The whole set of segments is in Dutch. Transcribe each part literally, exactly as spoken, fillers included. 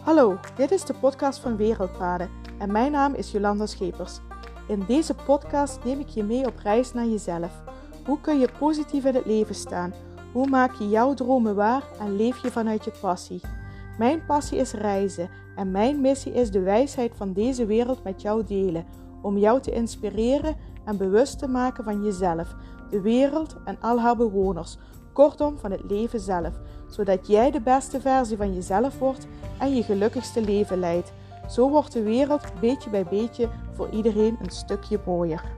Hallo, dit is de podcast van Wereldpaden en mijn naam is Jolanda Schepers. In deze podcast neem ik je mee op reis naar jezelf. Hoe kun je positief in het leven staan? Hoe maak je jouw dromen waar en leef je vanuit je passie? Mijn passie is reizen en mijn missie is de wijsheid van deze wereld met jou delen. Om jou te inspireren en bewust te maken van jezelf, de wereld en al haar bewoners. Kortom, van het leven zelf. Zodat jij de beste versie van jezelf wordt en je gelukkigste leven leidt. Zo wordt de wereld beetje bij beetje voor iedereen een stukje mooier.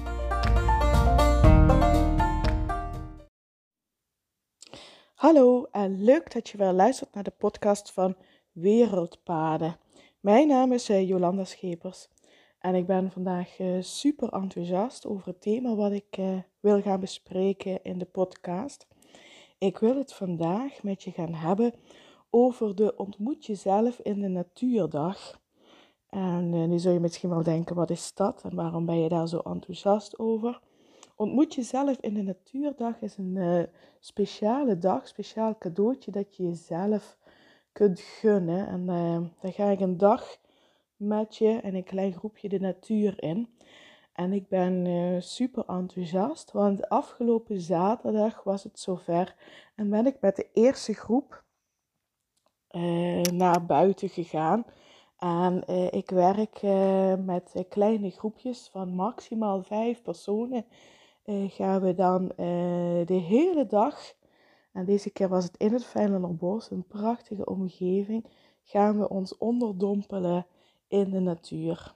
Hallo en leuk dat je weer luistert naar de podcast van Wereldpaden. Mijn naam is uh, Jolanda Schepers en ik ben vandaag uh, super enthousiast over het thema wat ik uh, wil gaan bespreken in de podcast. Ik wil het vandaag met je gaan hebben over de Ontmoet Jezelf in de Natuurdag. En uh, nu zul je misschien wel denken, wat is dat en waarom ben je daar zo enthousiast over? Ontmoet Jezelf in de Natuurdag is een uh, speciale dag, speciaal cadeautje dat je jezelf kunt gunnen. En uh, dan ga ik een dag met je en een klein groepje de natuur in. En ik ben uh, super enthousiast, want afgelopen zaterdag was het zover en ben ik met de eerste groep uh, naar buiten gegaan. En uh, ik werk uh, met uh, kleine groepjes van maximaal vijf personen. Uh, gaan we dan uh, de hele dag, en deze keer was het in het Vijlenderbos, een prachtige omgeving, gaan we ons onderdompelen in de natuur.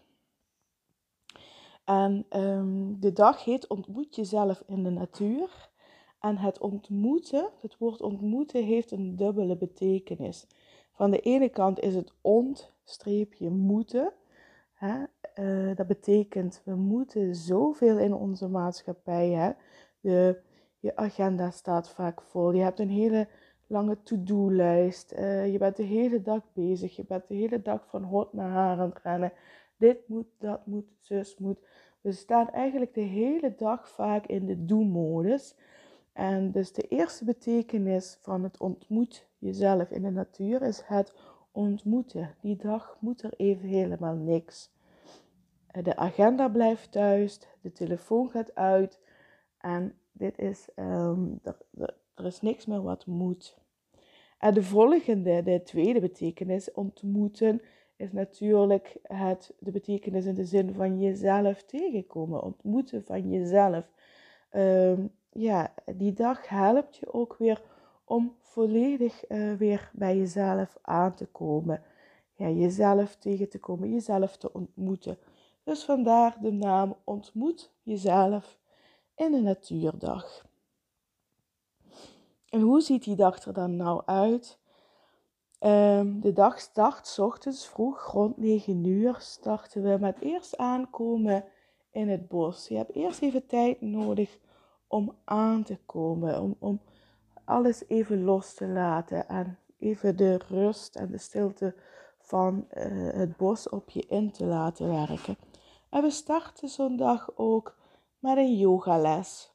En um, de dag heet Ontmoet Jezelf in de Natuur. En het ontmoeten, het woord ontmoeten heeft een dubbele betekenis. Van de ene kant is het ont-streepje moeten. Hè? Uh, dat betekent, we moeten zoveel in onze maatschappij. Hè? De, je agenda staat vaak vol. Je hebt een hele lange to-do-lijst. Uh, je bent de hele dag bezig. Je bent de hele dag van hot naar haar aan het rennen. Dit moet, dat moet, zus moet. We staan eigenlijk de hele dag vaak in de do-modus. En dus de eerste betekenis van het ontmoet jezelf in de natuur is het ontmoeten. Die dag moet er even helemaal niks. De agenda blijft thuis, de telefoon gaat uit en dit is, um, er, er, er is niks meer wat moet. En de volgende, de tweede betekenis, ontmoeten, is natuurlijk het, de betekenis in de zin van jezelf tegenkomen. Ontmoeten van jezelf. Um, ja, die dag helpt je ook weer om volledig uh, weer bij jezelf aan te komen. Ja, jezelf tegen te komen, jezelf te ontmoeten. Dus vandaar de naam Ontmoet Jezelf in de Natuurdag. En hoe ziet die dag er dan nou uit? Um, de dag start 's ochtends vroeg, rond negen uur, starten we met eerst aankomen in het bos. Je hebt eerst even tijd nodig om aan te komen, om, om alles even los te laten en even de rust en de stilte van uh, het bos op je in te laten werken. En we starten zo'n dag ook met een yogales.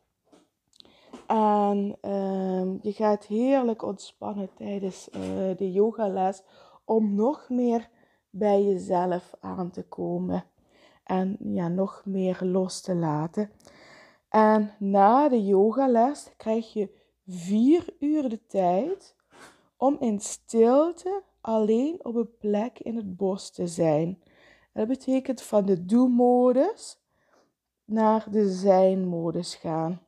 En uh, je gaat heerlijk ontspannen tijdens uh, de yogales om nog meer bij jezelf aan te komen. En ja, nog meer los te laten. En na de yogales krijg je vier uur de tijd om in stilte alleen op een plek in het bos te zijn. Dat betekent van de do-modus naar de zijn-modus gaan.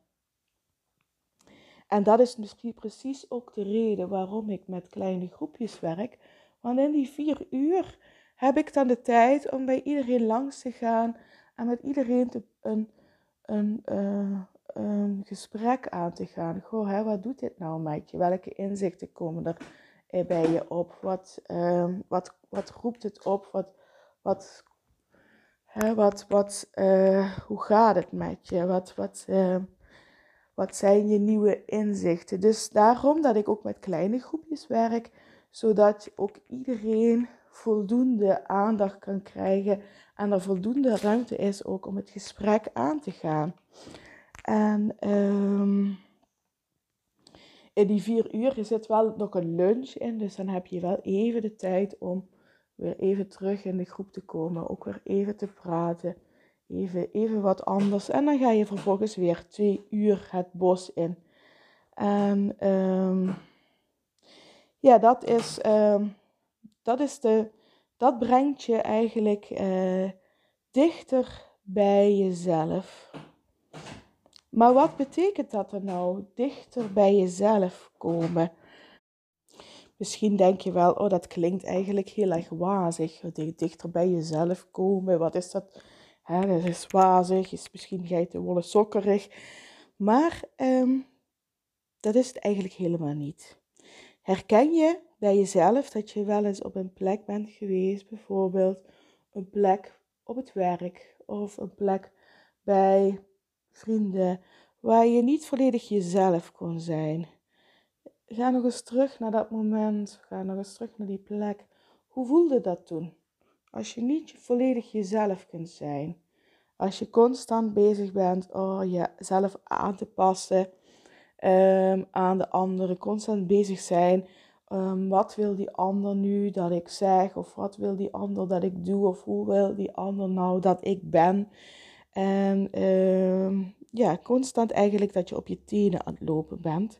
En dat is misschien precies ook de reden waarom ik met kleine groepjes werk. Want in die vier uur heb ik dan de tijd om bij iedereen langs te gaan en met iedereen te, een, een, uh, een gesprek aan te gaan. Goh, hè, wat doet dit nou met je? Welke inzichten komen er eh, bij je op? Wat, uh, wat, wat roept het op? Wat, wat, hè, wat, wat, uh, hoe gaat het met je? Wat... wat uh, Wat zijn je nieuwe inzichten? Dus daarom dat ik ook met kleine groepjes werk, zodat ook iedereen voldoende aandacht kan krijgen en er voldoende ruimte is ook om het gesprek aan te gaan. En um, in die vier uur, je zit wel nog een lunch in, dus dan heb je wel even de tijd om weer even terug in de groep te komen. Ook weer even te praten, even, even wat anders. En dan ga je vervolgens weer twee uur het bos in. En um, ja, dat is, um, dat is de, dat brengt je eigenlijk uh, dichter bij jezelf. Maar wat betekent dat er nou, dichter bij jezelf komen? Misschien denk je wel, oh dat klinkt eigenlijk heel erg wazig, dichter bij jezelf komen, wat is dat? Hè, dat is wazig, is misschien geitenwolle sokkerig, maar um, dat is het eigenlijk helemaal niet. Herken je bij jezelf dat je wel eens op een plek bent geweest, bijvoorbeeld een plek op het werk of een plek bij vrienden, waar je niet volledig jezelf kon zijn? Ga nog eens terug naar dat moment, ga nog eens terug naar die plek. Hoe voelde dat toen? Als je niet volledig jezelf kunt zijn, als je constant bezig bent oh, jezelf aan te passen um, aan de anderen, constant bezig zijn. Um, wat wil die ander nu dat ik zeg? Of wat wil die ander dat ik doe? Of hoe wil die ander nou dat ik ben? En um, ja, constant eigenlijk dat je op je tenen aan het lopen bent.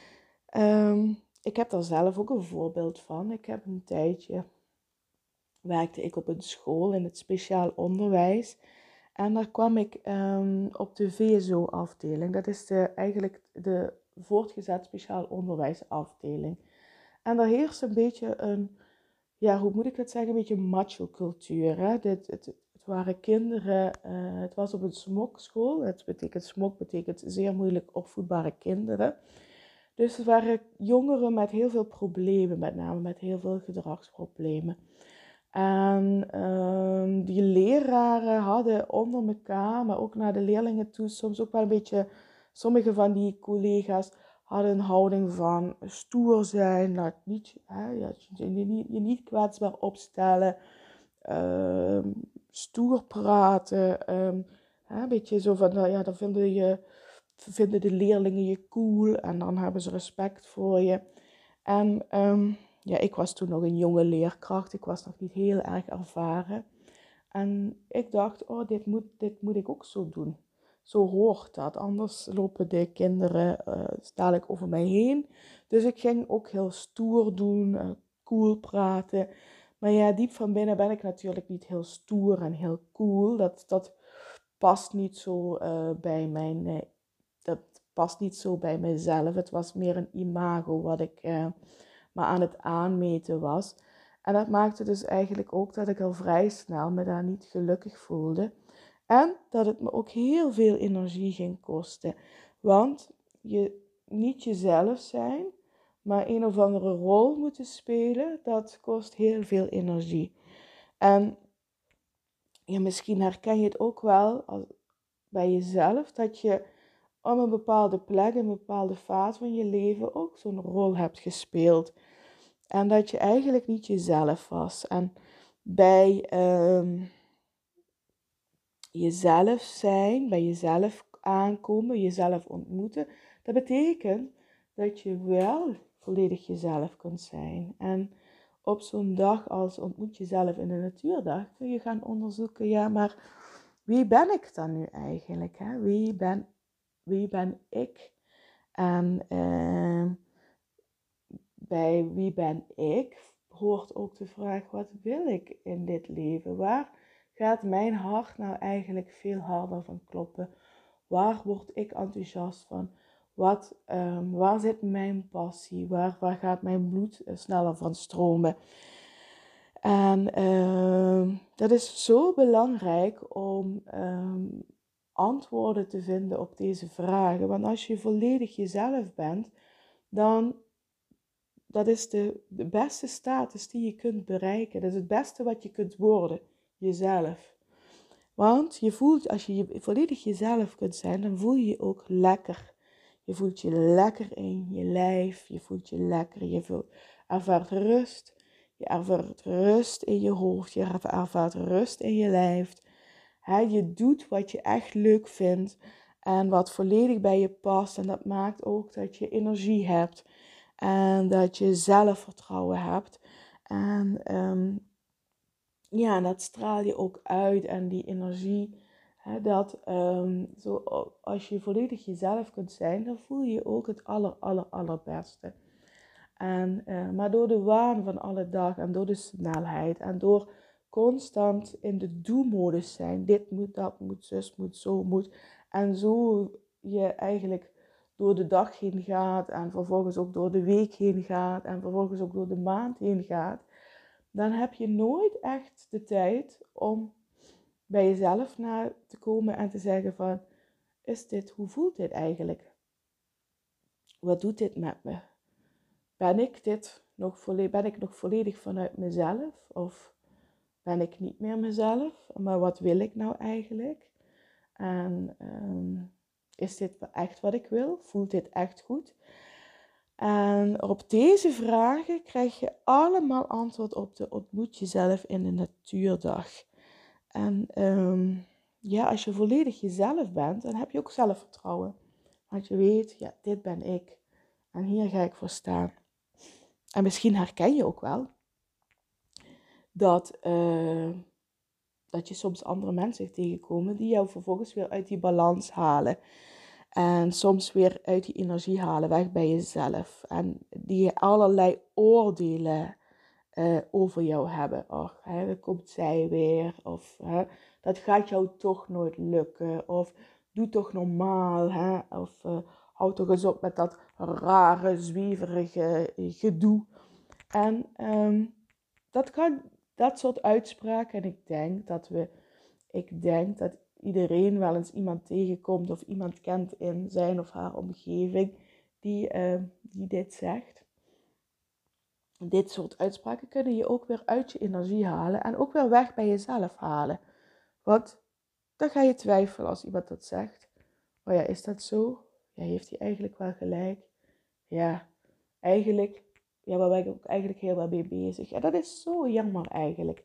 Um, ik heb daar zelf ook een voorbeeld van. Ik heb een tijdje, werkte ik op een school in het speciaal onderwijs. En daar kwam ik um, op de V S O-afdeling. Dat is de, eigenlijk de voortgezet speciaal onderwijsafdeling. En daar heerst een beetje een, ja, hoe moet ik het zeggen, een beetje macho-cultuur. Hè? Dit, het, het waren kinderen, uh, het was op een smokschool. Het betekent, smok betekent zeer moeilijk opvoedbare kinderen. Dus het waren jongeren met heel veel problemen, met name met heel veel gedragsproblemen. En um, die leraren hadden onder elkaar, maar ook naar de leerlingen toe, soms ook wel een beetje, sommige van die collega's hadden een houding van stoer zijn, laat niet, hè, je, je, niet, je niet kwetsbaar opstellen, um, stoer praten, um, hè, een beetje zo van, nou ja, dan vinden, je, vinden de leerlingen je cool en dan hebben ze respect voor je. En um, ja, ik was toen nog een jonge leerkracht, ik was nog niet heel erg ervaren. En ik dacht, oh, dit moet, dit moet ik ook zo doen. Zo hoort dat, anders lopen de kinderen uh, dadelijk over mij heen. Dus ik ging ook heel stoer doen, uh, cool praten. Maar ja, diep van binnen ben ik natuurlijk niet heel stoer en heel cool. Dat, dat past niet zo uh, bij mijn, uh, dat past niet zo bij mezelf. Het was meer een imago wat ik uh, maar aan het aanmeten was. En dat maakte dus eigenlijk ook dat ik al vrij snel me daar niet gelukkig voelde. En dat het me ook heel veel energie ging kosten. Want je niet jezelf zijn, maar een of andere rol moeten spelen, dat kost heel veel energie. En ja, misschien herken je het ook wel als, bij jezelf, dat je op een bepaalde plek, een bepaalde fase van je leven ook zo'n rol hebt gespeeld. En dat je eigenlijk niet jezelf was. En bij um, jezelf zijn, bij jezelf aankomen, jezelf ontmoeten, dat betekent dat je wel volledig jezelf kunt zijn. En op zo'n dag als ontmoet jezelf in de natuurdag kun je gaan onderzoeken, ja, maar wie ben ik dan nu eigenlijk? Hè? Wie, ben, wie ben ik? En uh, bij wie ben ik hoort ook de vraag, wat wil ik in dit leven? Waar gaat mijn hart nou eigenlijk veel harder van kloppen? Waar word ik enthousiast van? Wat, um, waar zit mijn passie? Waar, waar gaat mijn bloed sneller van stromen? En uh, dat is zo belangrijk om um, antwoorden te vinden op deze vragen. Want als je volledig jezelf bent, dan dat is de, de beste status die je kunt bereiken. Dat is het beste wat je kunt worden, jezelf. Want je voelt, als je volledig jezelf kunt zijn, dan voel je je ook lekker. Je voelt je lekker in je lijf, je voelt je lekker, je voelt, ervaart rust. Je ervaart rust in je hoofd, je ervaart rust in je lijf. He, je doet wat je echt leuk vindt. En wat volledig bij je past. En dat maakt ook dat je energie hebt. En dat je zelfvertrouwen hebt. En um, ja, en dat straal je ook uit. En die energie, hè, dat um, zo, als je volledig jezelf kunt zijn, dan voel je je ook het aller, aller, allerbeste. En, uh, maar door de waan van alle dag en door de snelheid en door constant in de do-modus zijn. Dit moet, dat moet, zus moet, zo moet. En zo je eigenlijk door de dag heen gaat en vervolgens ook door de week heen gaat en vervolgens ook door de maand heen gaat. Dan heb je nooit echt de tijd om bij jezelf na te komen en te zeggen van, is dit, hoe voelt dit eigenlijk? Wat doet dit met me? Ben ik dit nog volledig, ben ik nog volledig vanuit mezelf? Of ben ik niet meer mezelf? Maar wat wil ik nou eigenlijk? En um, is dit echt wat ik wil? Voelt dit echt goed? En op deze vragen krijg je allemaal antwoord op de Ontmoet Jezelf in de Natuurdag. En um, ja, als je volledig jezelf bent, dan heb je ook zelfvertrouwen. Want je weet, ja, dit ben ik. En hier ga ik voor staan. En misschien herken je ook wel dat, uh, dat je soms andere mensen tegenkomen die jou vervolgens weer uit die balans halen. En soms weer uit die energie halen, weg bij jezelf. En die allerlei oordelen uh, over jou hebben. Och, hè, dan komt zij weer. Of hè, dat gaat jou toch nooit lukken. Of doe toch normaal. Hè, of uh, hou toch eens op met dat rare, zwieverige gedoe. En um, dat kan, dat soort uitspraken. En ik denk dat we, ik denk dat iedereen wel eens iemand tegenkomt of iemand kent in zijn of haar omgeving die, uh, die dit zegt. Dit soort uitspraken kunnen je ook weer uit je energie halen en ook weer weg bij jezelf halen. Want dan ga je twijfelen als iemand dat zegt. Oh ja, is dat zo? Ja, heeft hij eigenlijk wel gelijk? Ja, eigenlijk, ja, waar ben ik ook eigenlijk heel wel mee bezig. En dat is zo jammer eigenlijk.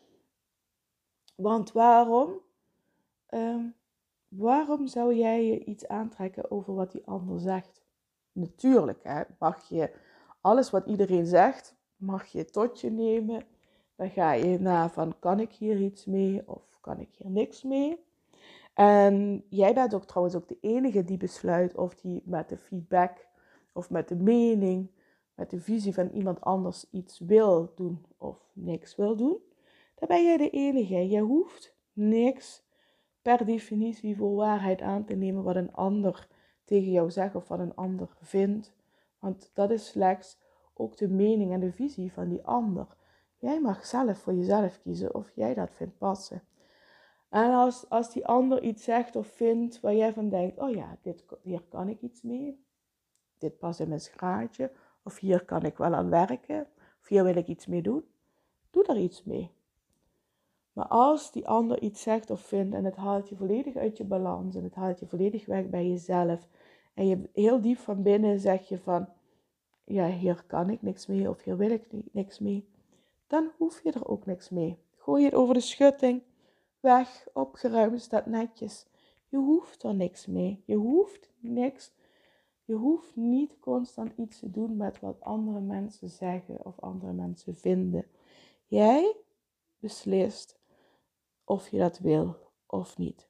Want waarom? Um, waarom zou jij je iets aantrekken over wat die ander zegt? Natuurlijk, hè, mag je alles wat iedereen zegt, mag je tot je nemen. Dan ga je na van, kan ik hier iets mee of kan ik hier niks mee? En jij bent ook trouwens ook de enige die besluit of die met de feedback of met de mening, met de visie van iemand anders iets wil doen of niks wil doen. Dan ben jij de enige. Je hoeft niks per definitie voor waarheid aan te nemen wat een ander tegen jou zegt of wat een ander vindt. Want dat is slechts ook de mening en de visie van die ander. Jij mag zelf voor jezelf kiezen of jij dat vindt passen. En als, als die ander iets zegt of vindt waar jij van denkt, oh ja, dit, hier kan ik iets mee. Dit past in mijn straatje. Of hier kan ik wel aan werken. Of hier wil ik iets mee doen. Doe er iets mee. Maar als die ander iets zegt of vindt en het haalt je volledig uit je balans. En het haalt je volledig weg bij jezelf. En je heel diep van binnen zeg je van, ja, hier kan ik niks mee. Of hier wil ik niks mee. Dan hoef je er ook niks mee. Gooi het over de schutting. Weg, opgeruimd, staat netjes. Je hoeft er niks mee. Je hoeft niks. Je hoeft niet constant iets te doen met wat andere mensen zeggen of andere mensen vinden. Jij beslist of je dat wil of niet.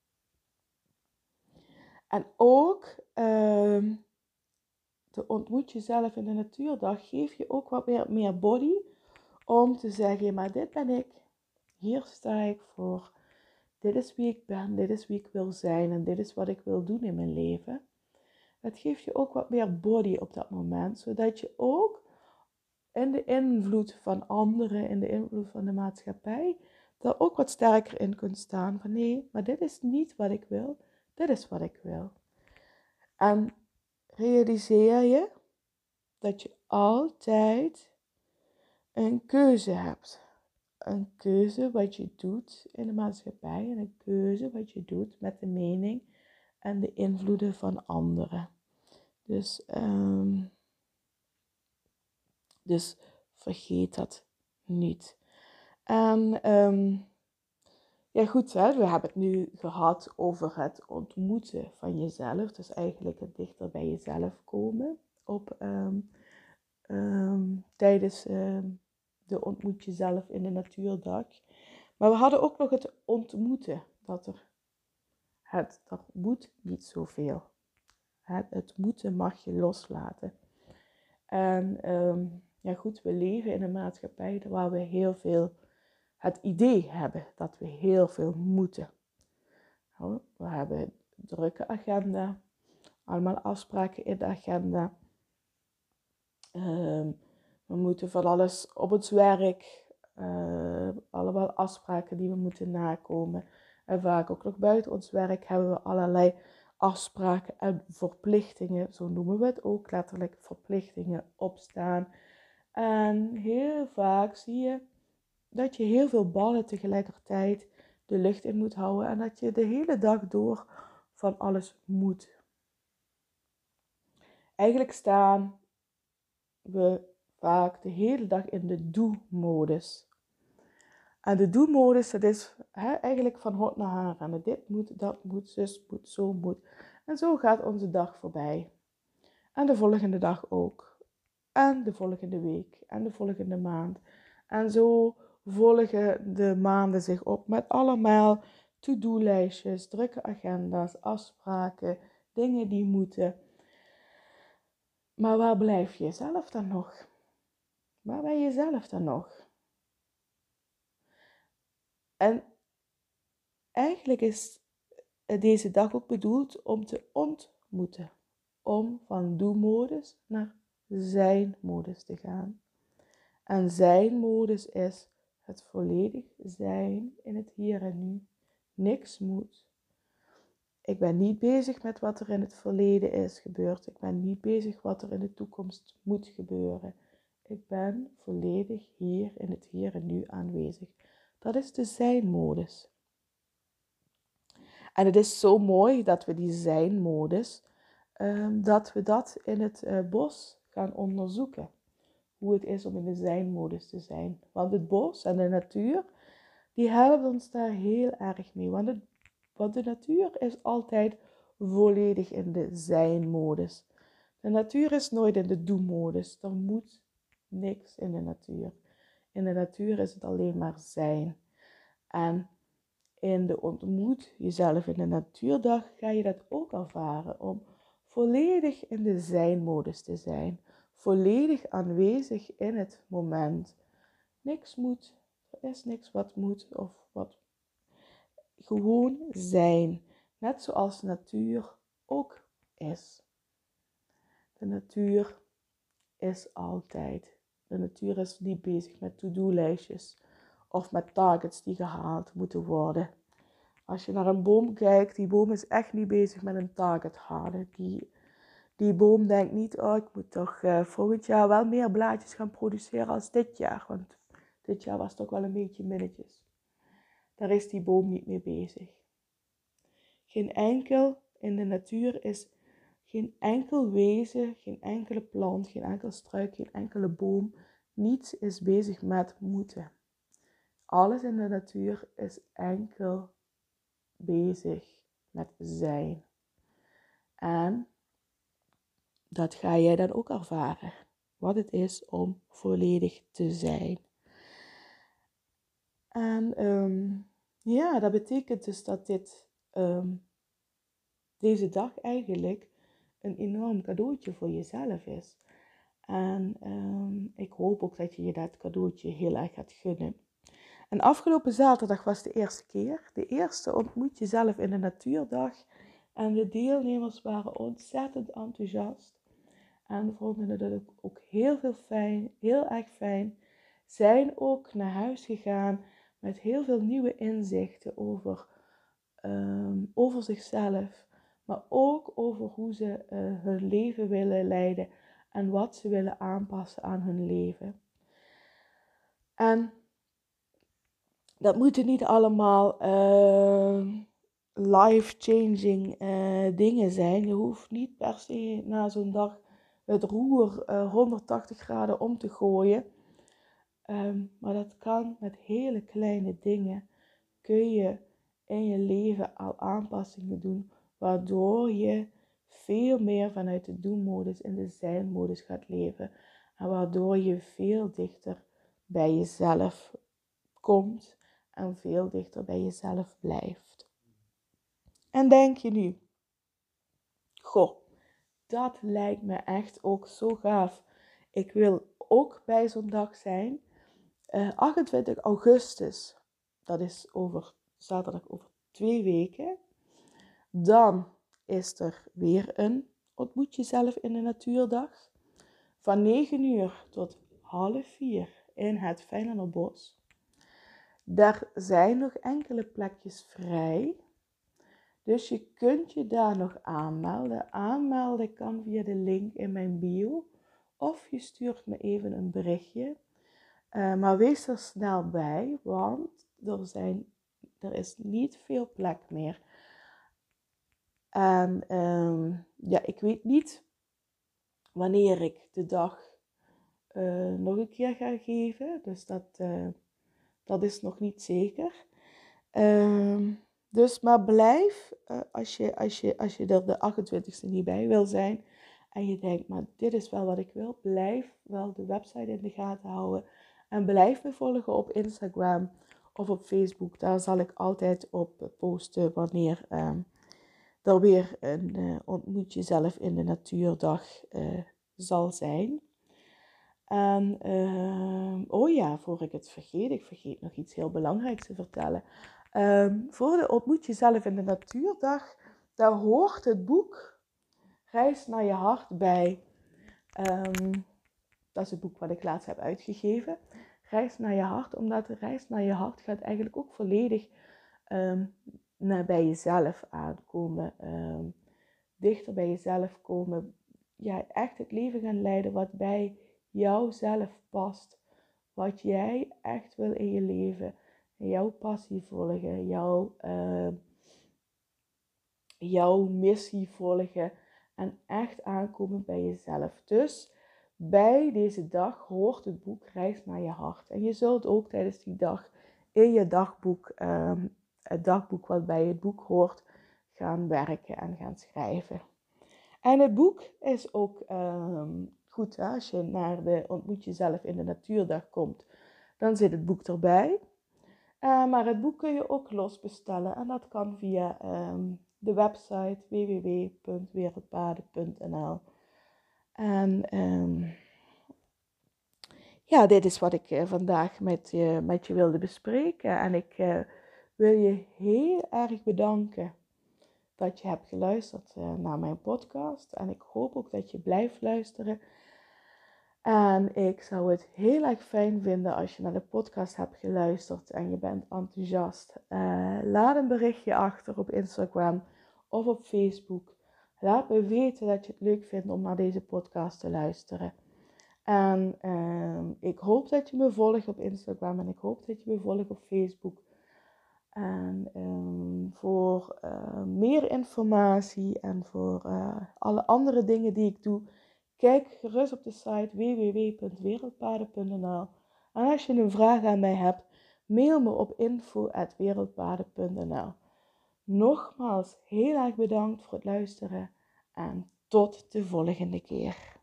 En ook uh, de Ontmoet Jezelf in de Natuurdag geef je ook wat meer, meer body om te zeggen, maar dit ben ik. Hier sta ik voor. Dit is wie ik ben, dit is wie ik wil zijn en dit is wat ik wil doen in mijn leven. Het geeft je ook wat meer body op dat moment, zodat je ook in de invloed van anderen, in de invloed van de maatschappij, daar ook wat sterker in kunt staan. Van nee, maar dit is niet wat ik wil, dit is wat ik wil. En realiseer je dat je altijd een keuze hebt. Een keuze wat je doet in de maatschappij en een keuze wat je doet met de mening en de invloeden van anderen. Dus, um, dus vergeet dat niet. En um, Ja goed, hè? We hebben het nu gehad over het ontmoeten van jezelf. Dus eigenlijk het dichter bij jezelf komen op, um, um, tijdens um, de ontmoet jezelf in de natuurdag. Maar we hadden ook nog het ontmoeten. Dat er het, dat moet niet zoveel. Het, het moeten mag je loslaten. En um, ja goed, we leven in een maatschappij waar we heel veel het idee hebben dat we heel veel moeten. We hebben een drukke agenda, allemaal afspraken in de agenda. Um, we moeten van alles op ons werk, uh, allemaal afspraken die we moeten nakomen. En vaak ook nog buiten ons werk hebben we allerlei afspraken en verplichtingen, zo noemen we het ook letterlijk, verplichtingen opstaan. En heel vaak zie je dat je heel veel ballen tegelijkertijd de lucht in moet houden en dat je de hele dag door van alles moet. Eigenlijk staan we vaak de hele dag in de doe-modus. En de doe-modus, dat is hè, eigenlijk van hot naar haar. En dit moet, dat moet, zus moet, zo moet. En zo gaat onze dag voorbij. En de volgende dag ook. En de volgende week. En de volgende maand. En zo volgen de maanden zich op met allemaal to-do-lijstjes, drukke agenda's, afspraken, dingen die moeten. Maar waar blijf je zelf dan nog? Waar ben je zelf dan nog? En eigenlijk is deze dag ook bedoeld om te ontmoeten. Om van doe-modus naar zijn-modus te gaan. En zijn-modus is het volledig zijn in het hier en nu. Niks moet. Ik ben niet bezig met wat er in het verleden is gebeurd. Ik ben niet bezig wat er in de toekomst moet gebeuren. Ik ben volledig hier in het hier en nu aanwezig. Dat is de zijn-modus. En het is zo mooi dat we die zijn-modus, um, dat we dat in het uh, bos gaan onderzoeken. Hoe het is om in de zijn-modus te zijn. Want het bos en de natuur, die helpen ons daar heel erg mee. Want, het, want de natuur is altijd volledig in de zijn-modus. De natuur is nooit in de doe-modus. Er moet niks in de natuur. In de natuur is het alleen maar zijn. En in de ontmoet jezelf in de natuurdag ga je dat ook ervaren. Om volledig in de zijn-modus te zijn. Volledig aanwezig in het moment. Niks moet. Er is niks wat moet of wat. Gewoon zijn. Net zoals natuur ook is. De natuur is altijd. De natuur is niet bezig met to-do-lijstjes of met targets die gehaald moeten worden. Als je naar een boom kijkt, die boom is echt niet bezig met een target halen. Die, die boom denkt niet, oh ik moet toch uh, volgend jaar wel meer blaadjes gaan produceren als dit jaar. Want dit jaar was toch wel een beetje minnetjes. Daar is die boom niet mee bezig. Geen enkel in de natuur is geen enkel wezen, geen enkele plant, geen enkel struik, geen enkele boom. Niets is bezig met moeten. Alles in de natuur is enkel bezig met zijn. En dat ga jij dan ook ervaren. Wat het is om volledig te zijn. En um, ja, dat betekent dus dat dit, um, deze dag eigenlijk een enorm cadeautje voor jezelf is. En um, ik hoop ook dat je je dat cadeautje heel erg gaat gunnen. En afgelopen zaterdag was de eerste keer. De eerste ontmoet jezelf in de natuurdag. En de deelnemers waren ontzettend enthousiast. En vonden het ook heel veel fijn, heel erg fijn. Zijn ook naar huis gegaan met heel veel nieuwe inzichten over, um, over zichzelf. Maar ook over hoe ze uh, hun leven willen leiden. En wat ze willen aanpassen aan hun leven. En dat moeten niet allemaal uh, life-changing uh, dingen zijn. Je hoeft niet per se na zo'n dag het roer uh, honderdtachtig graden om te gooien. Um, maar dat kan met hele kleine dingen. Kun je in je leven al aanpassingen doen, waardoor je veel meer vanuit de doen-modus in de zijn-modus gaat leven. En waardoor je veel dichter bij jezelf komt en veel dichter bij jezelf blijft. En denk je nu, goh, dat lijkt me echt ook zo gaaf. Ik wil ook bij zo'n dag zijn. Uh, achtentwintig augustus, dat is over zaterdag over twee weken. Dan is er weer een ontmoet jezelf in de natuurdag. Van negen uur tot half vier in het Fijnenderbos. Er zijn nog enkele plekjes vrij. Dus je kunt je daar nog aanmelden. Aanmelden kan via de link in mijn bio. Of je stuurt me even een berichtje. Uh, maar wees er snel bij, want er, zijn, er is niet veel plek meer. En um, ja, ik weet niet wanneer ik de dag uh, nog een keer ga geven. Dus dat, uh, dat is nog niet zeker. Um, dus maar blijf, uh, als, je, als, je, als je er de achtentwintigste niet bij wil zijn. En je denkt, maar dit is wel wat ik wil. Blijf wel de website in de gaten houden. En blijf me volgen op Instagram of op Facebook. Daar zal ik altijd op posten wanneer um, er weer een uh, ontmoet jezelf in de natuurdag uh, zal zijn. En, uh, oh ja, voor ik het vergeet, ik vergeet nog iets heel belangrijks te vertellen. Um, voor de ontmoet jezelf in de natuurdag, daar hoort het boek Reis naar je hart bij. Um, dat is het boek wat ik laatst heb uitgegeven. Reis naar je hart, omdat de reis naar je hart gaat eigenlijk ook volledig um, naar bij jezelf aankomen. Um, dichter bij jezelf komen. Ja, echt het leven gaan leiden wat bij jou zelf past. Wat jij echt wil in je leven. Jouw passie volgen. Jouw, uh, jouw missie volgen. En echt aankomen bij jezelf. Dus bij deze dag hoort het boek Reis naar je hart. En je zult ook tijdens die dag in je dagboek, um, het dagboek wat bij het boek hoort, gaan werken en gaan schrijven. En het boek is ook um, goed, hè? Als je naar de ontmoet jezelf in de natuurdag komt, dan zit het boek erbij. Uh, maar het boek kun je ook los bestellen en dat kan via um, de website w w w punt wereldpaden punt n l. En um, ja, dit is wat ik uh, vandaag met je, met je wilde bespreken. En ik uh, wil je heel erg bedanken dat je hebt geluisterd uh, naar mijn podcast. En ik hoop ook dat je blijft luisteren. En ik zou het heel erg fijn vinden als je naar de podcast hebt geluisterd en je bent enthousiast. Uh, laat een berichtje achter op Instagram of op Facebook. Laat me weten dat je het leuk vindt om naar deze podcast te luisteren. En uh, ik hoop dat je me volgt op Instagram en ik hoop dat je me volgt op Facebook. En um, voor uh, meer informatie en voor uh, alle andere dingen die ik doe, kijk gerust op de site w w w punt wereldpaden punt n l. En als je een vraag aan mij hebt, mail me op info at wereldpaden punt n l. Nogmaals heel erg bedankt voor het luisteren en tot de volgende keer.